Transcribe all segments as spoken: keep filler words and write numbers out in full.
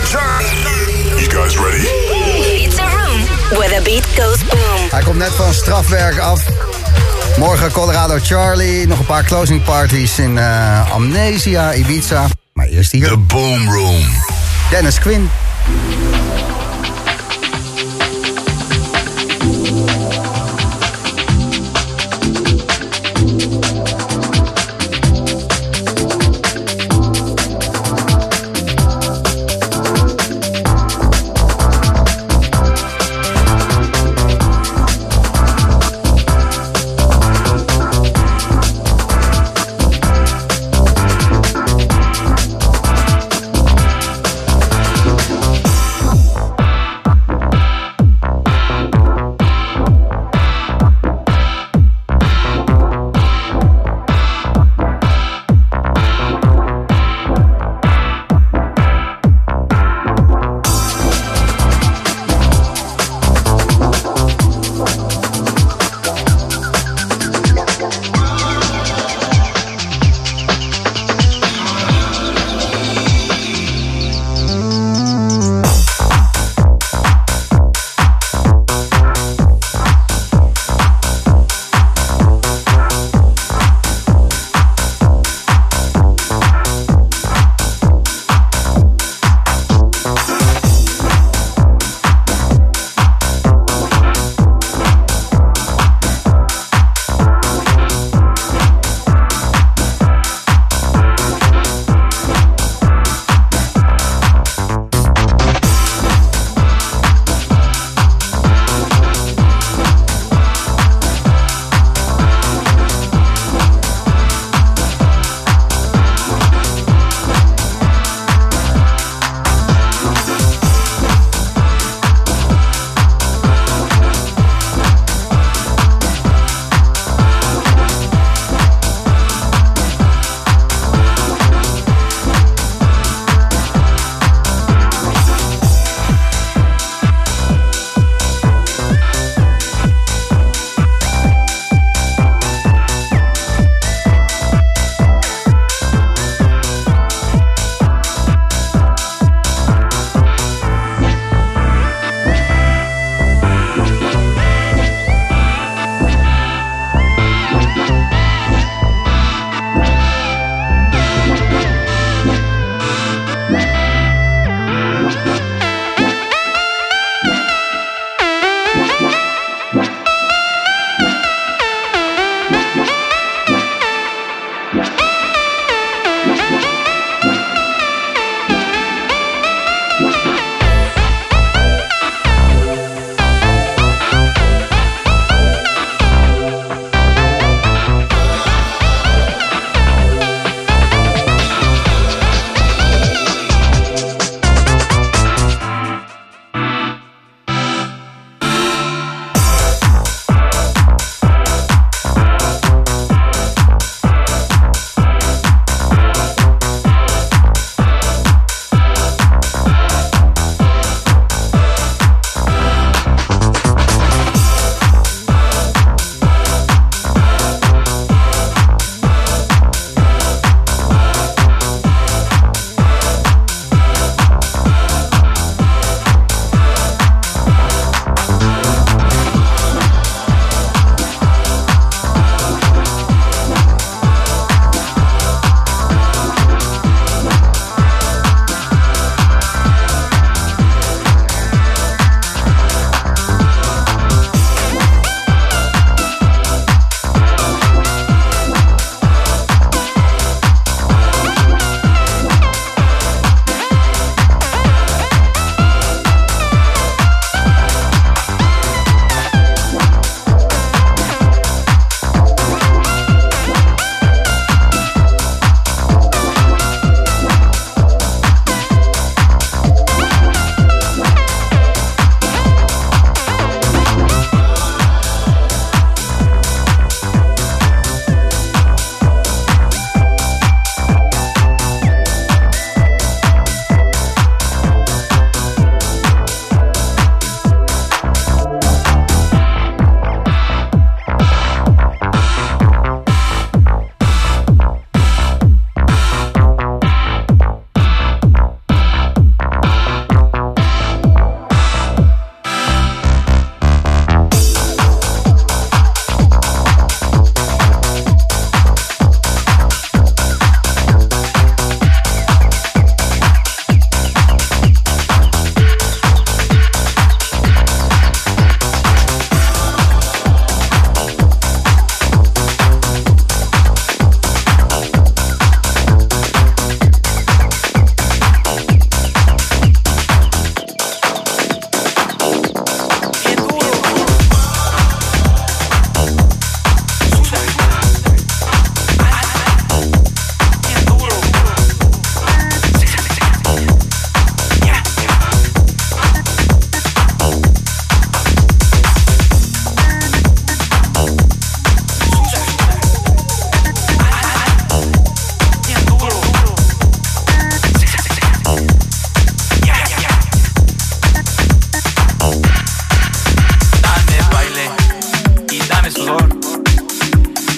You guys ready? It's a room where the beat goes boom. Hij komt net van strafwerk af. Morgen Colorado Charlie. Nog een paar closing parties in uh, Amnesia, Ibiza. Maar eerst hier. The Boom Room. Dennis Quinn.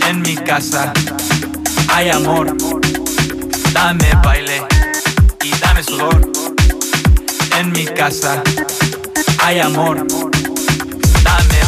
En mi casa hay amor. Dame baile y dame sudor. En mi casa hay amor. Dame.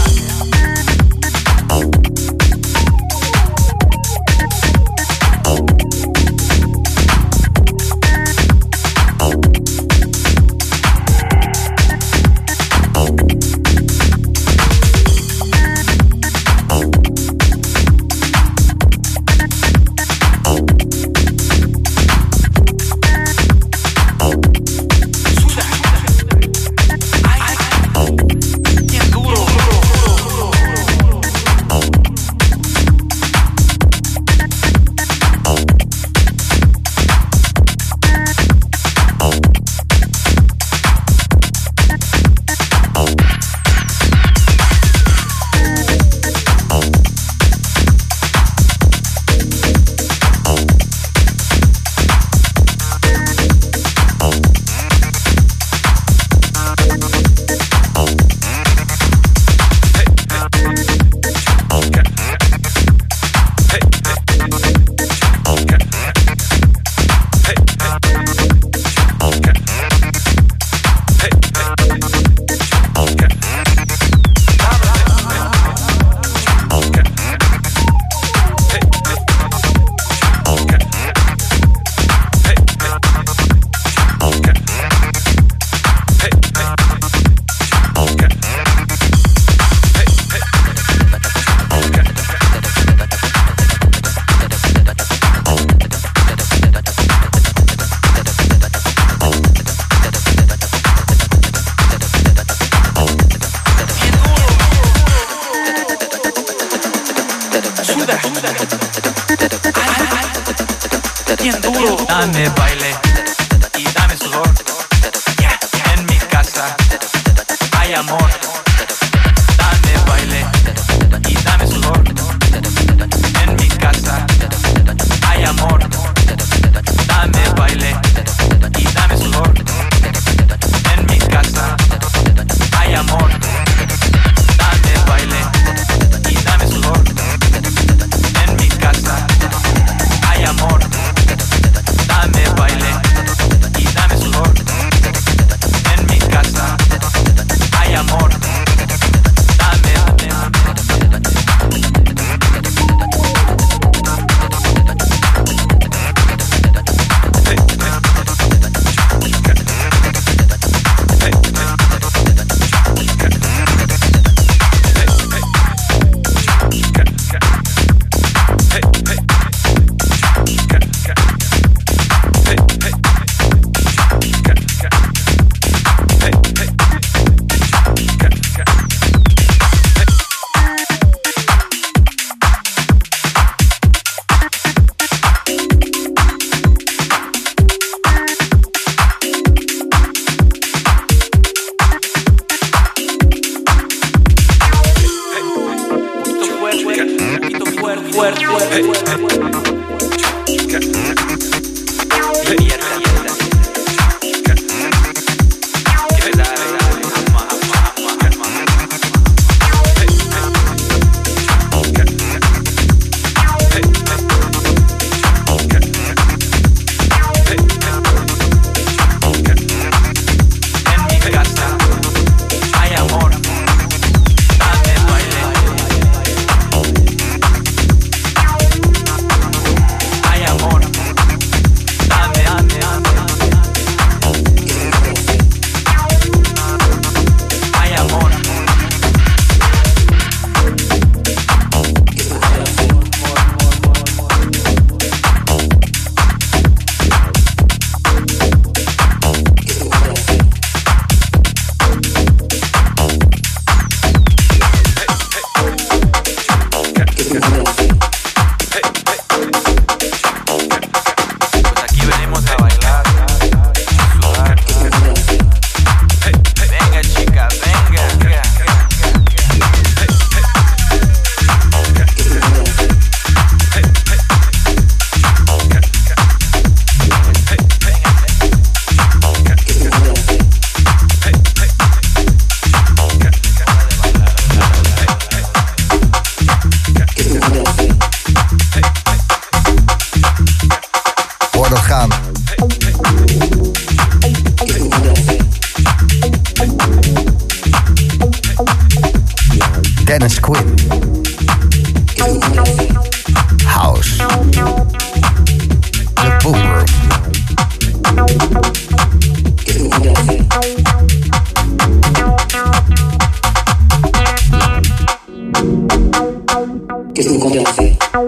Dame baile y dame sudor. En mi casa hay amor. Dame baile y dame sudor. En mi casa hay amor. Dame baile y dame sudor. En mi casa hay amor. Dame baile y dame sudor. En mi casa hay amor. Dame baile y dame sudor. En mi casa hay amor. Dame, dame.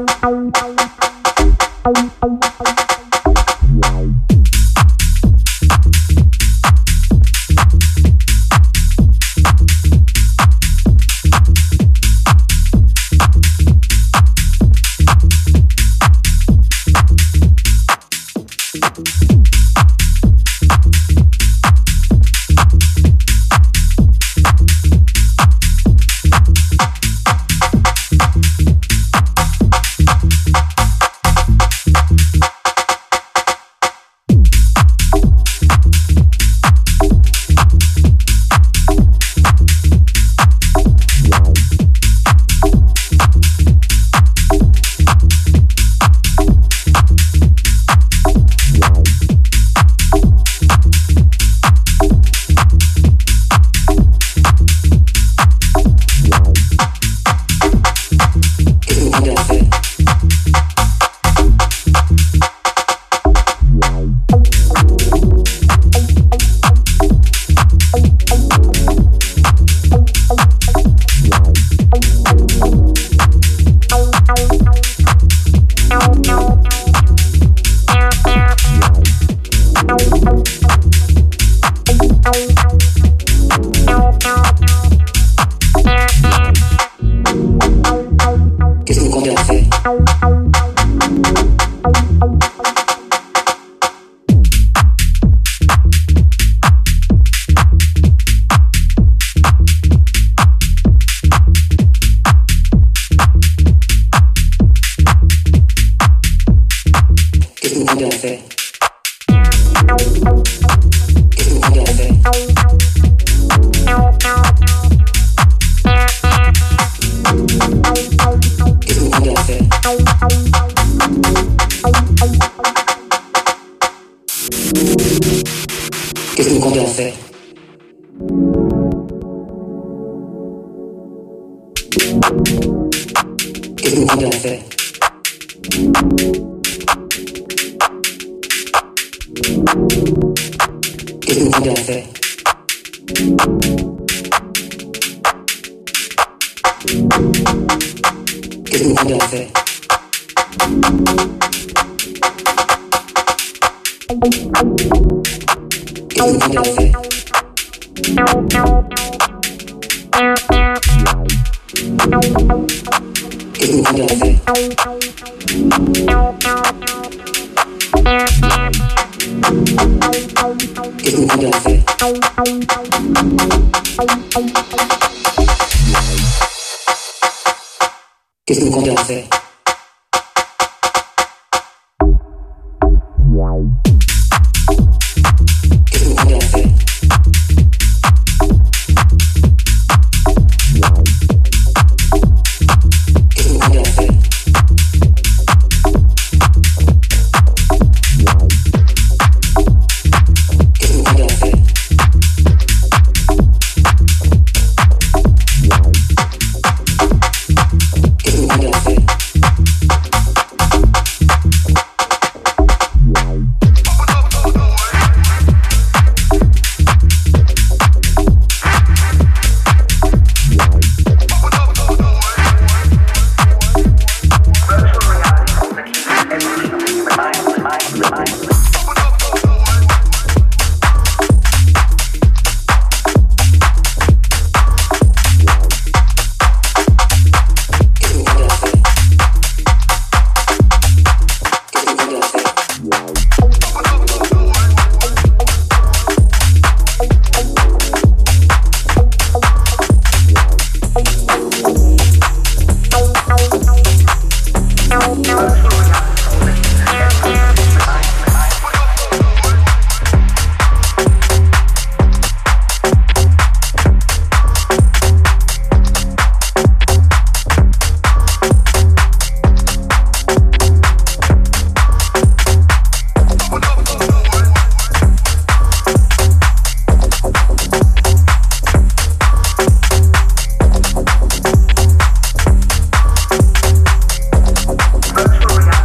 Virtual reality.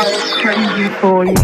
crazy for you.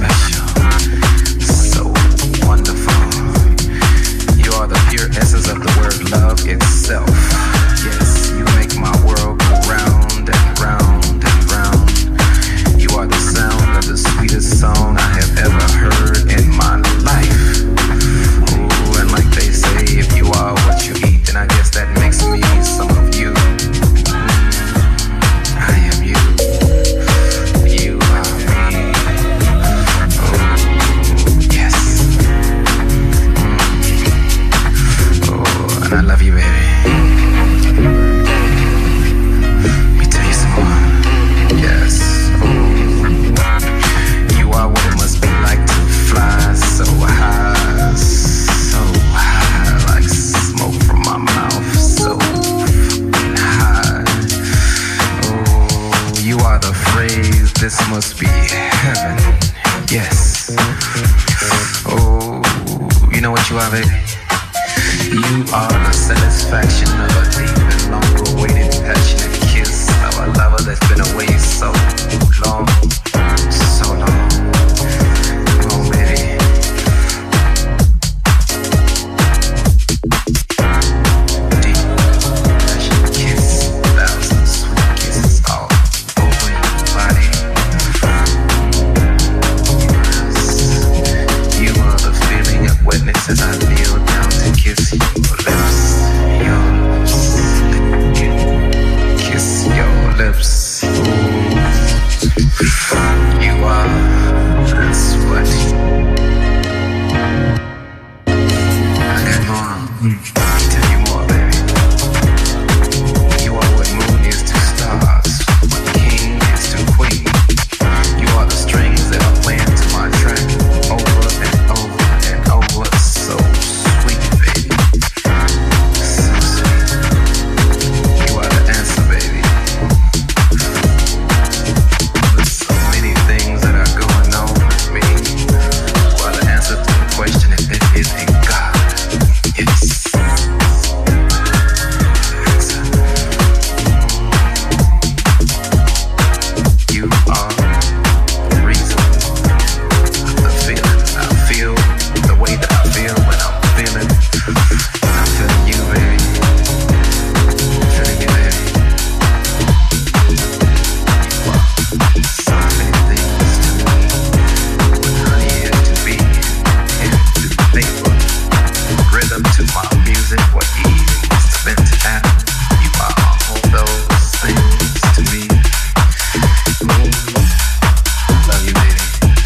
Essence of the what you are, baby. You are the satisfaction of a deep and long-awaited, passionate kiss of a lover that's been away so long, so long. Come on, baby. Deep, passionate kiss, thousand sweet kisses all over your body. You are the feeling of wetness as I kneel down to kiss your lips, your lips, kiss your lips. You are, that's what I got more. Tell you more, baby. You are what moon is to stars, what king is to queen. You are the strings that are playing to my track over and over and over. So sweet, baby. So sweet. You are the answer, baby. There's so many things that are going on with me. You are the answer to the question if there is a God. Yes. You are the reason, the feeling I feel, the way that I feel when I'm feeling. I'm feeling you, baby. I'm feeling you, baby. You are so many things to me. With honey and to be, and to paper, rhythm to my music, what easy is to spend to act. You are all those things to me. Ooh, love you, baby.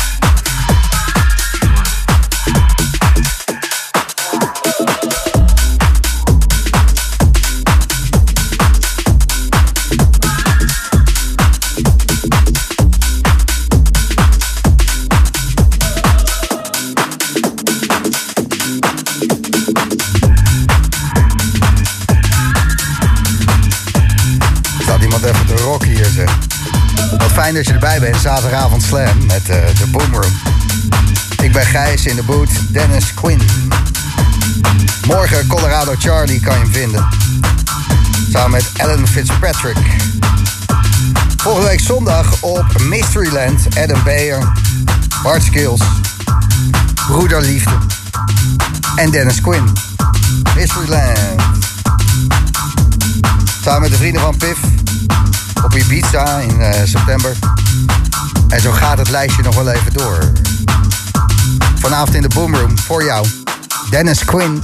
Staat iemand even te rocken hier, zeg. Wat fijn dat je erbij bent, zaterdagavond Slam met uh, de Boomroom. Ik ben Gijs, in de boot Dennis Quinn. Morgen Colorado Charlie kan je hem vinden. Samen met Alan Fitzpatrick. Volgende week zondag op Mysteryland, Adam Beyer, Bart Skills, Broederliefde en Dennis Quinn. Mysteryland. Samen met de vrienden van Piff op Ibiza in uh, september. En zo gaat het lijstje nog wel even door. Vanavond in de Boomroom voor jou, Dennis Quinn.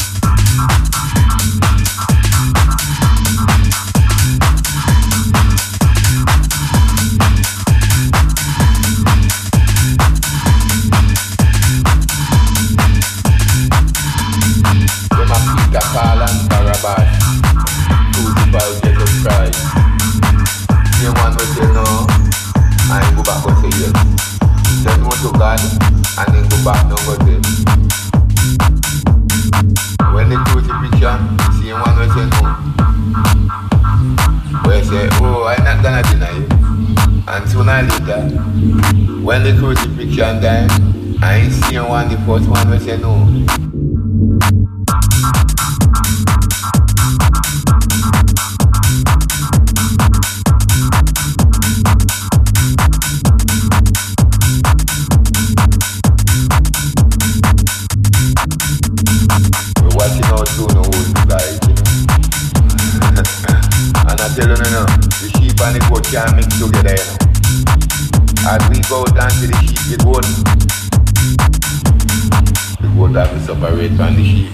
When my feet are call and Barabbas, crucified Jesus Christ. You want to say no, and go back and say yes. Say no to God, and then go back and go say. When the crucifixion, see one will say no. Where say, oh, I'm not gonna deny you. And sooner or later, when the crucifixion time, I ain't see one, the first one will say no. Watching out soon, no old guys, you know. And I tell you, no, no, the sheep and the goat can't mix together, you know. As we go down to the sheep, the goat, the goat have to separate from the sheep.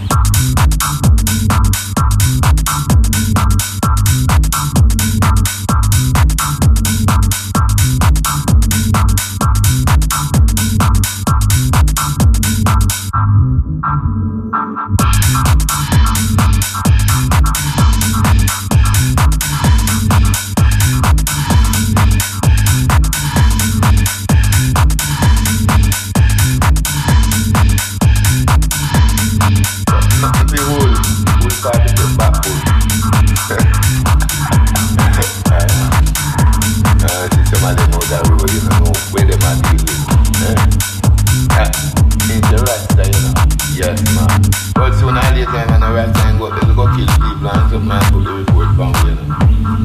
Yes, man. But sooner or later, I'm gonna right time go, they'll go kill people and some man put the report down, you know.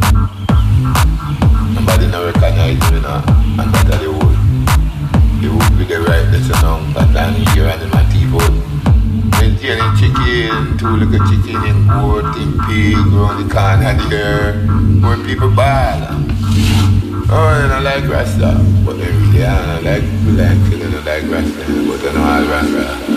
Nobody no recognize me, you know, and that's the whole. The wood with the right, that's a long, that time here and in my teeth out. Maintaining chicken, two little chicken in goat, in pig, around the corner there. More people ball. Oh, they don't like Rasta, but they really are. I like black, they don't like Rasta, but they know all Rasta.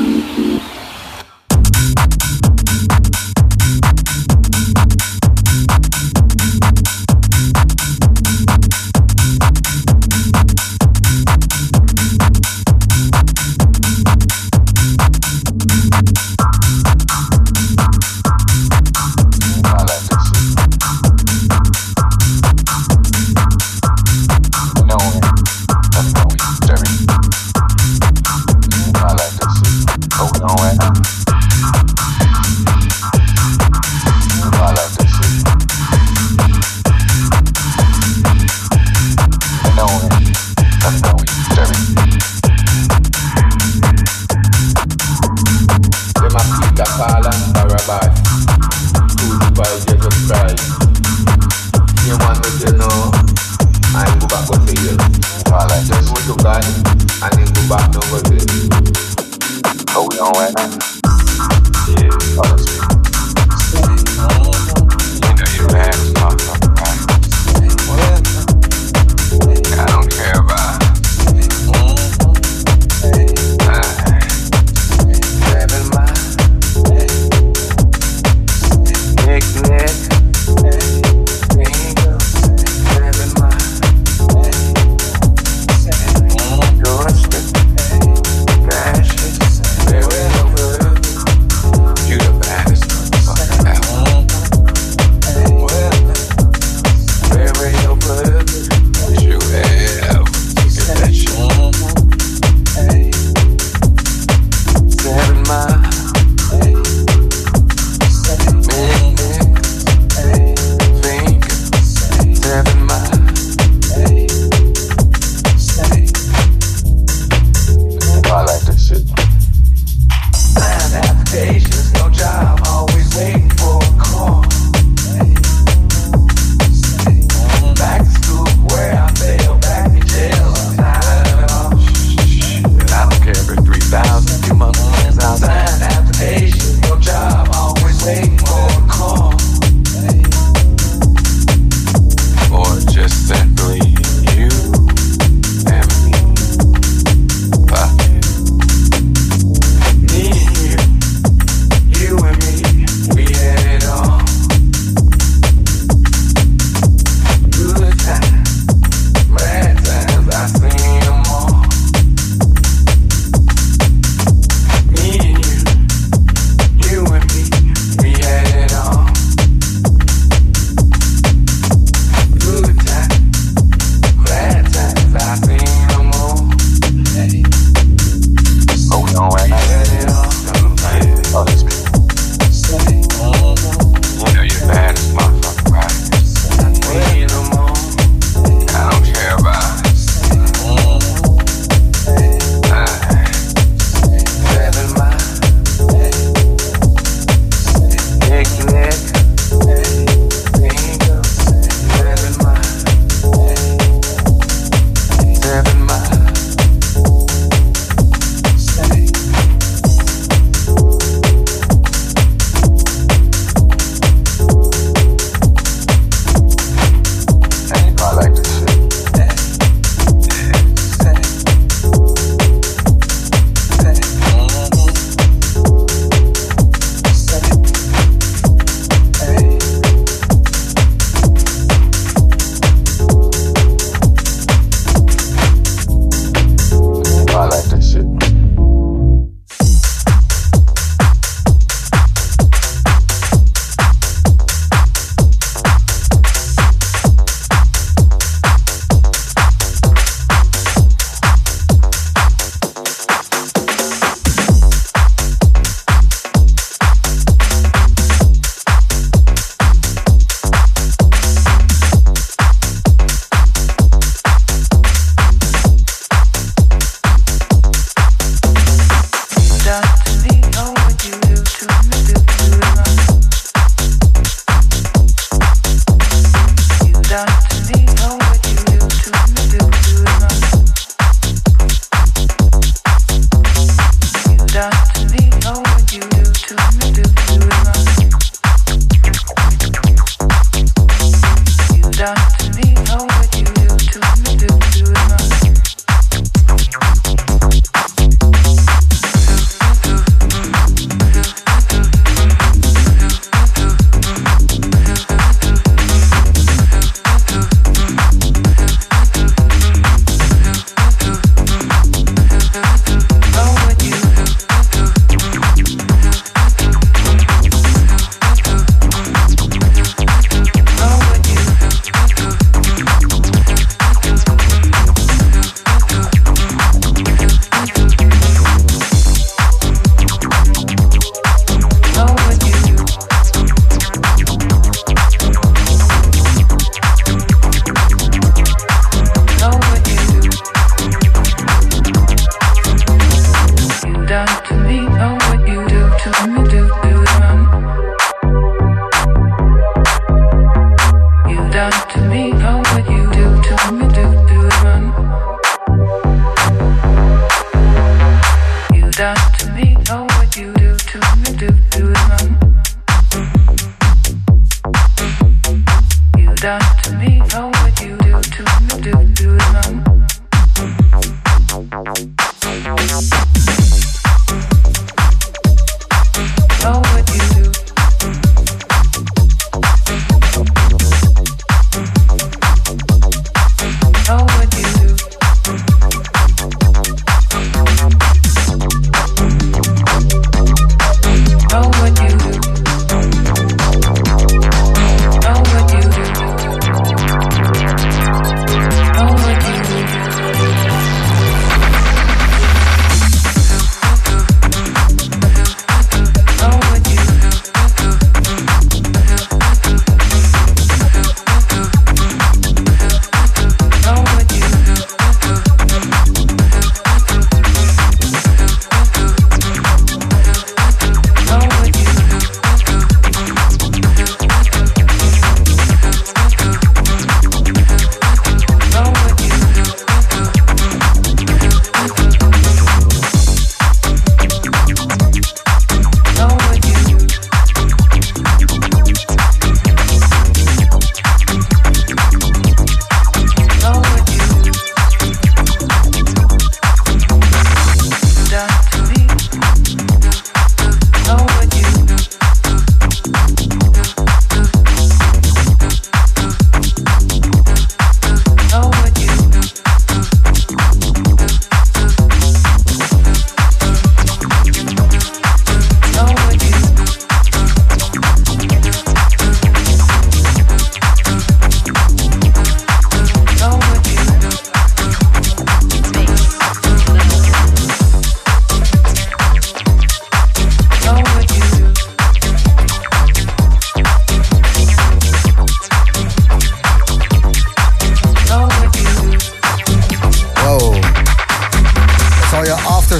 You the baddest.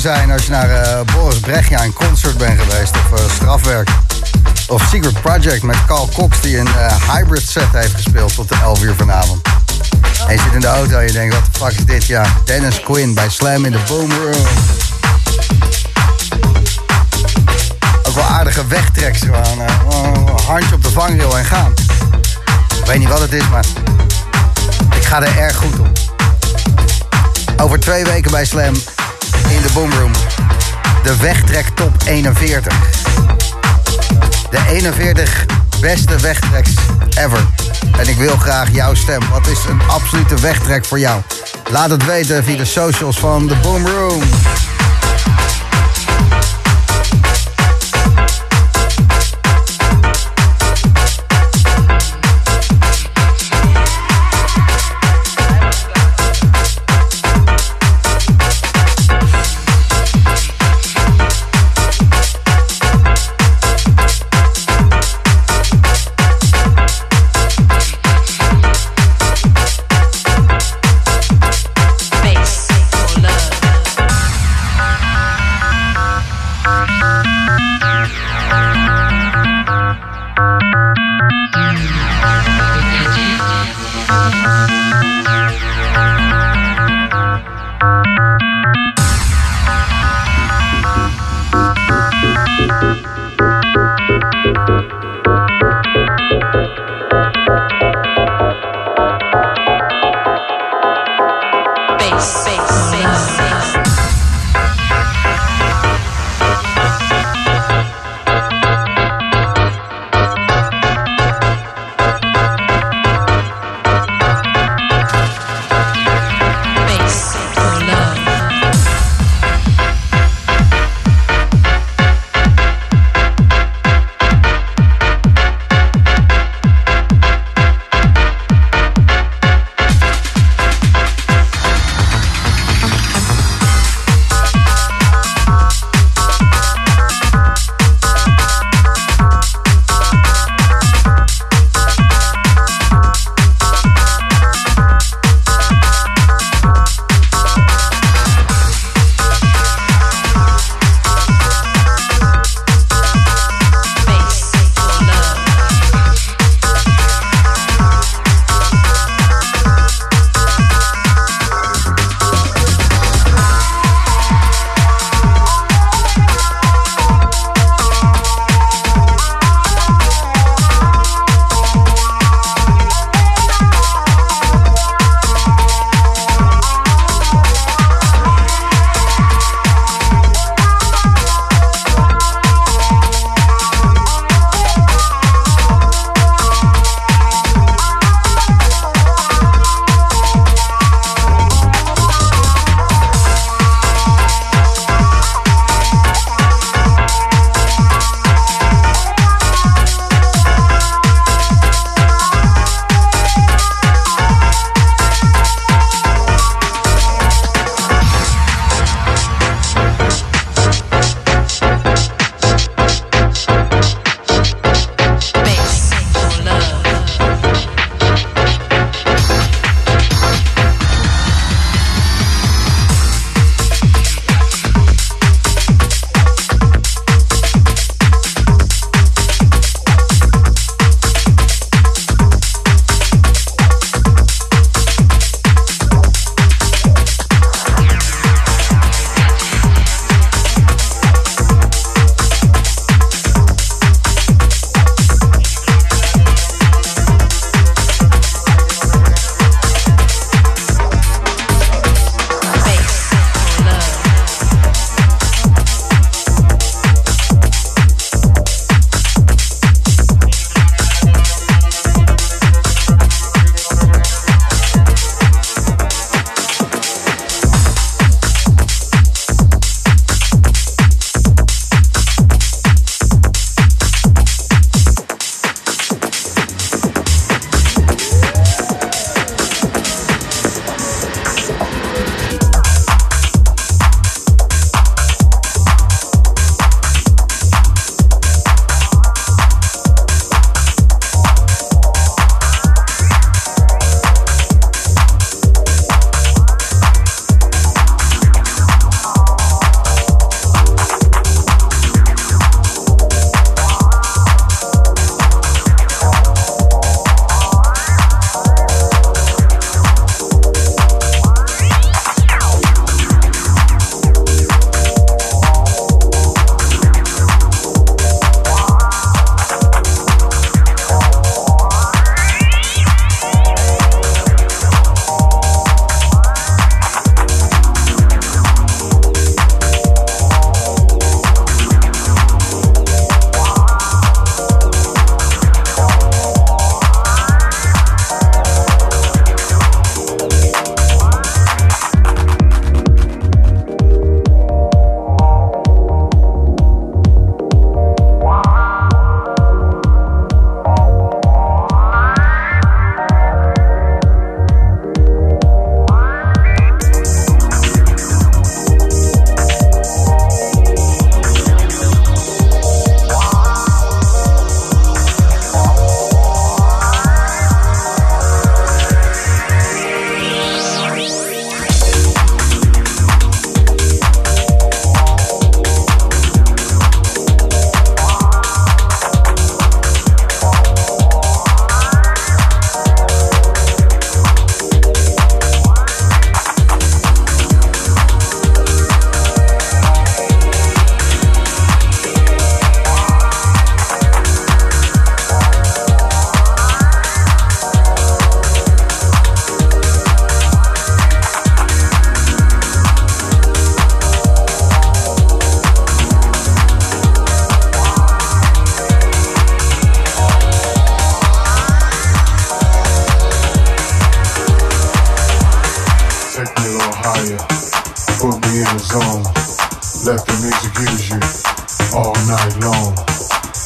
zijn als je naar uh, Boris Brejcha in concert bent geweest. Of uh, Strafwerk. Of Secret Project met Carl Cox die een uh, hybrid set heeft gespeeld tot de elf uur vanavond. En je zit in de auto en je denkt, wat de fuck is dit? Ja, Dennis Quinn bij Slam in the Boom Room. Ook wel aardige wegtreks. Gewoon uh, een handje op de vangrail en gaan. Ik weet niet wat het is, maar ik ga er erg goed op. Over twee weken bij Slam in de Boom Room. De wegtrek top eenenveertig. De eenenveertig beste wegtreks ever. En ik wil graag jouw stem. Wat is een absolute wegtrek voor jou? Laat het weten via de socials van de Boom Room.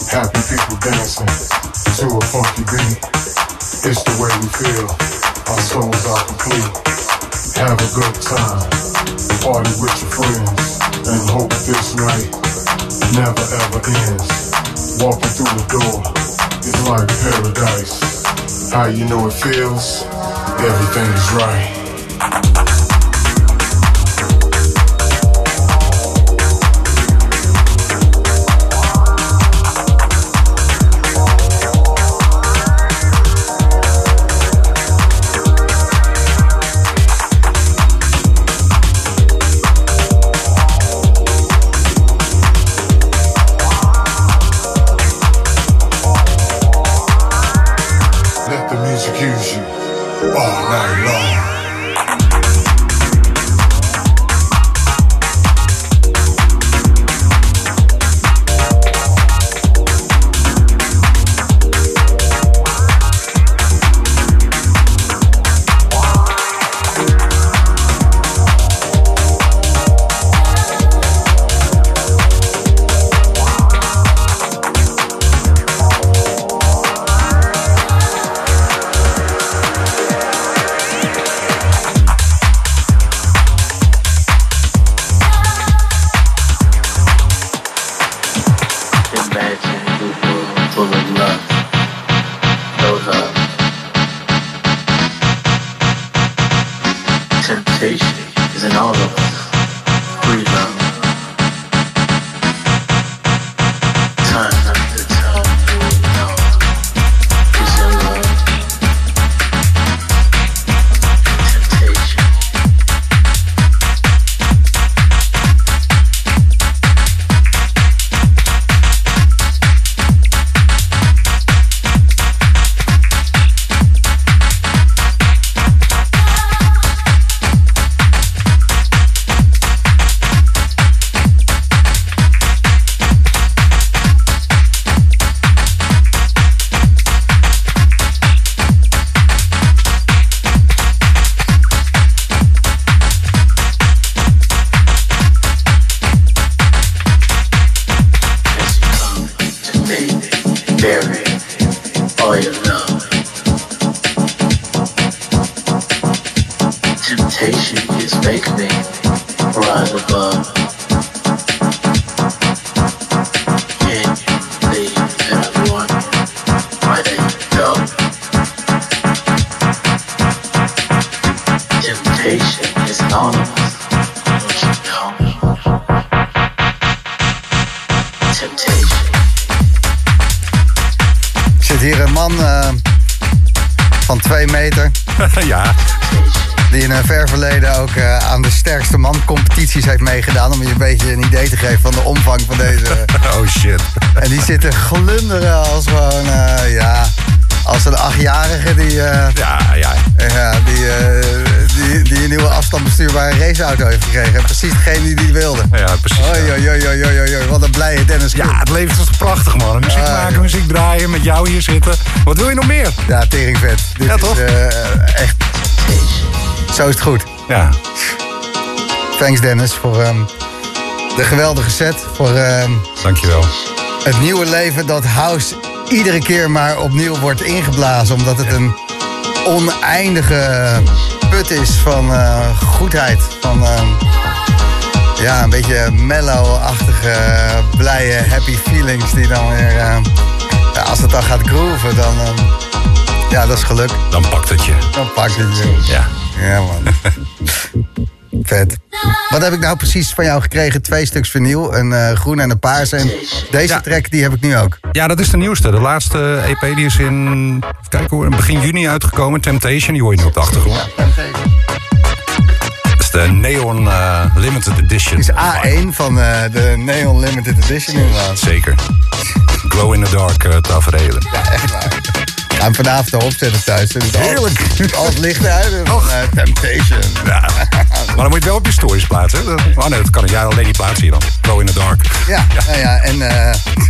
Happy people dancing to a funky beat. It's the way we feel. Our souls are complete. Have a good time. Party with your friends. And hope this night never ever ends. Walking through the door is like paradise. How you know it feels? Everything is right. Ja. Die in een ver verleden ook uh, aan de sterkste man competities heeft meegedaan. Om je een beetje een idee te geven van de omvang van deze. Oh shit. En die zitten glunderen als gewoon, uh, ja, als een achtjarige die, uh, ja, ja. Ja, die, uh, die, die een nieuwe afstandsbestuurbare raceauto heeft gekregen. Precies degene die die wilde. Ja, precies. Oei, oei, oei, oei, oei, oei. Wat een blije Dennis Quinn. Ja, het leven is toch prachtig, man. Muziek ah, maken, ja. muziek draaien, met jou hier zitten. Wat wil je nog meer? Ja, teringvet. Dit ja, is toch? Uh, echt... Zo is het goed. Ja. Thanks Dennis voor um, de geweldige set. Voor um, dankjewel. Het nieuwe leven dat house iedere keer maar opnieuw wordt ingeblazen. Omdat het een oneindige put is van uh, goedheid. Van uh, ja, een beetje mellow-achtige, blije, happy feelings die dan weer... Uh, ja, als het dan gaat grooven, dan... Uh, ja, dat is geluk. Dan pakt het je. Dan pakt het je. Ja. Ja, man. Vet. Wat heb ik nou precies van jou gekregen? Twee stuks vinyl, een uh, groen en een paars. En deze ja. track, die heb ik nu ook. Ja, dat is de nieuwste. De laatste E P die is in... Kijk hoor, begin juni uitgekomen. Temptation, die hoor je nu op de achtergrond. Ja, Temptation. Dat is de Neon uh, Limited Edition. Het is A één van uh, de Neon Limited Edition inderdaad. Zeker. Glow in the dark uh, taferelen. Ja, echt waar. Ga hem vanavond erop zetten thuis. Heerlijk. Al het licht uit. Van, uh, Temptation. Ja. Maar dan moet je het wel op je stories plaatsen. Dat, oh nee, dat kan ik. Ja, alleen die plaats hier dan. Glow in the dark. Ja, ja. Nou ja en uh,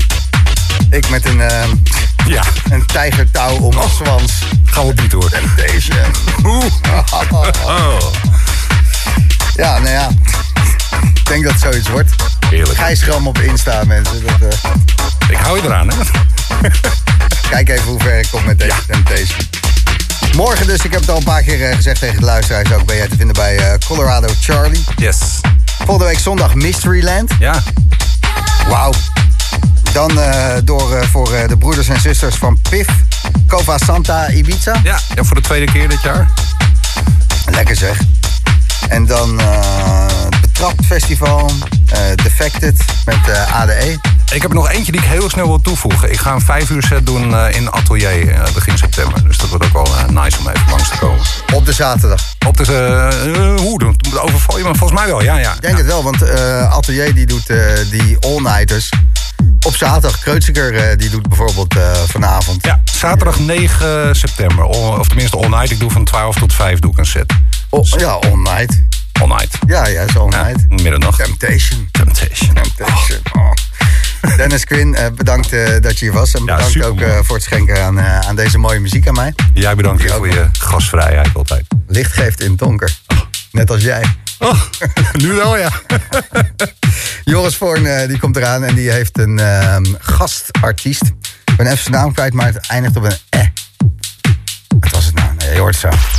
ik met een, uh, ja. een tijgertouw om mijn oh. zwans. Gaan we op die tour. Temptation. Oeh. Oh. Ja, nou ja. Ik denk dat het zoiets wordt. Heerlijk. Gijsgram op Insta, mensen. Dat, uh... Ik hou je eraan, hè? Kijk even hoe ver ik kom met deze ja. Temptation. Morgen dus, ik heb het al een paar keer uh, gezegd tegen de luisteraars ook, ben jij te vinden bij uh, Colorado Charlie. Yes. Volgende week zondag Mysteryland. Ja. Wauw. Dan uh, door uh, voor uh, de broeders en zusters van Pif. Cova Santa Ibiza. Ja, ja, voor de tweede keer dit jaar. Lekker zeg. En dan uh, het Betrapt Festival. Uh, Defected met uh, A D E. Ik heb er nog eentje die ik heel snel wil toevoegen. Ik ga een vijf uur set doen uh, in Atelier uh, begin september. Dus dat wordt ook wel uh, nice om even langs te komen. Op de zaterdag? Op de... Uh, hoe? Dan overval je me volgens mij wel, ja. ja. Ik denk ja. het wel, want uh, Atelier die doet uh, die all-nighters. Op zaterdag, Kreuziger uh, die doet bijvoorbeeld uh, vanavond. Ja, zaterdag negen september. All, of tenminste all night. Ik doe van twaalf tot vijf doe ik een set. Oh, ja, all night. All night. Ja, ja, is all night. Ja, middernacht. Temptation. Temptation. Temptation. Oh. Dennis Quinn, uh, bedankt uh, dat je hier was. En bedankt ja, ook uh, voor het schenken aan, uh, aan deze mooie muziek aan mij. Jij bedankt je voor je gastvrijheid altijd. Licht geeft in het donker. Oh. Net als jij. Oh, nu wel, ja. Joris Voorn, uh, die komt eraan en die heeft een uh, gastartiest. Ik ben even zijn naam kwijt, maar het eindigt op een eh. Wat was het nou? Nee, je hoort het zo.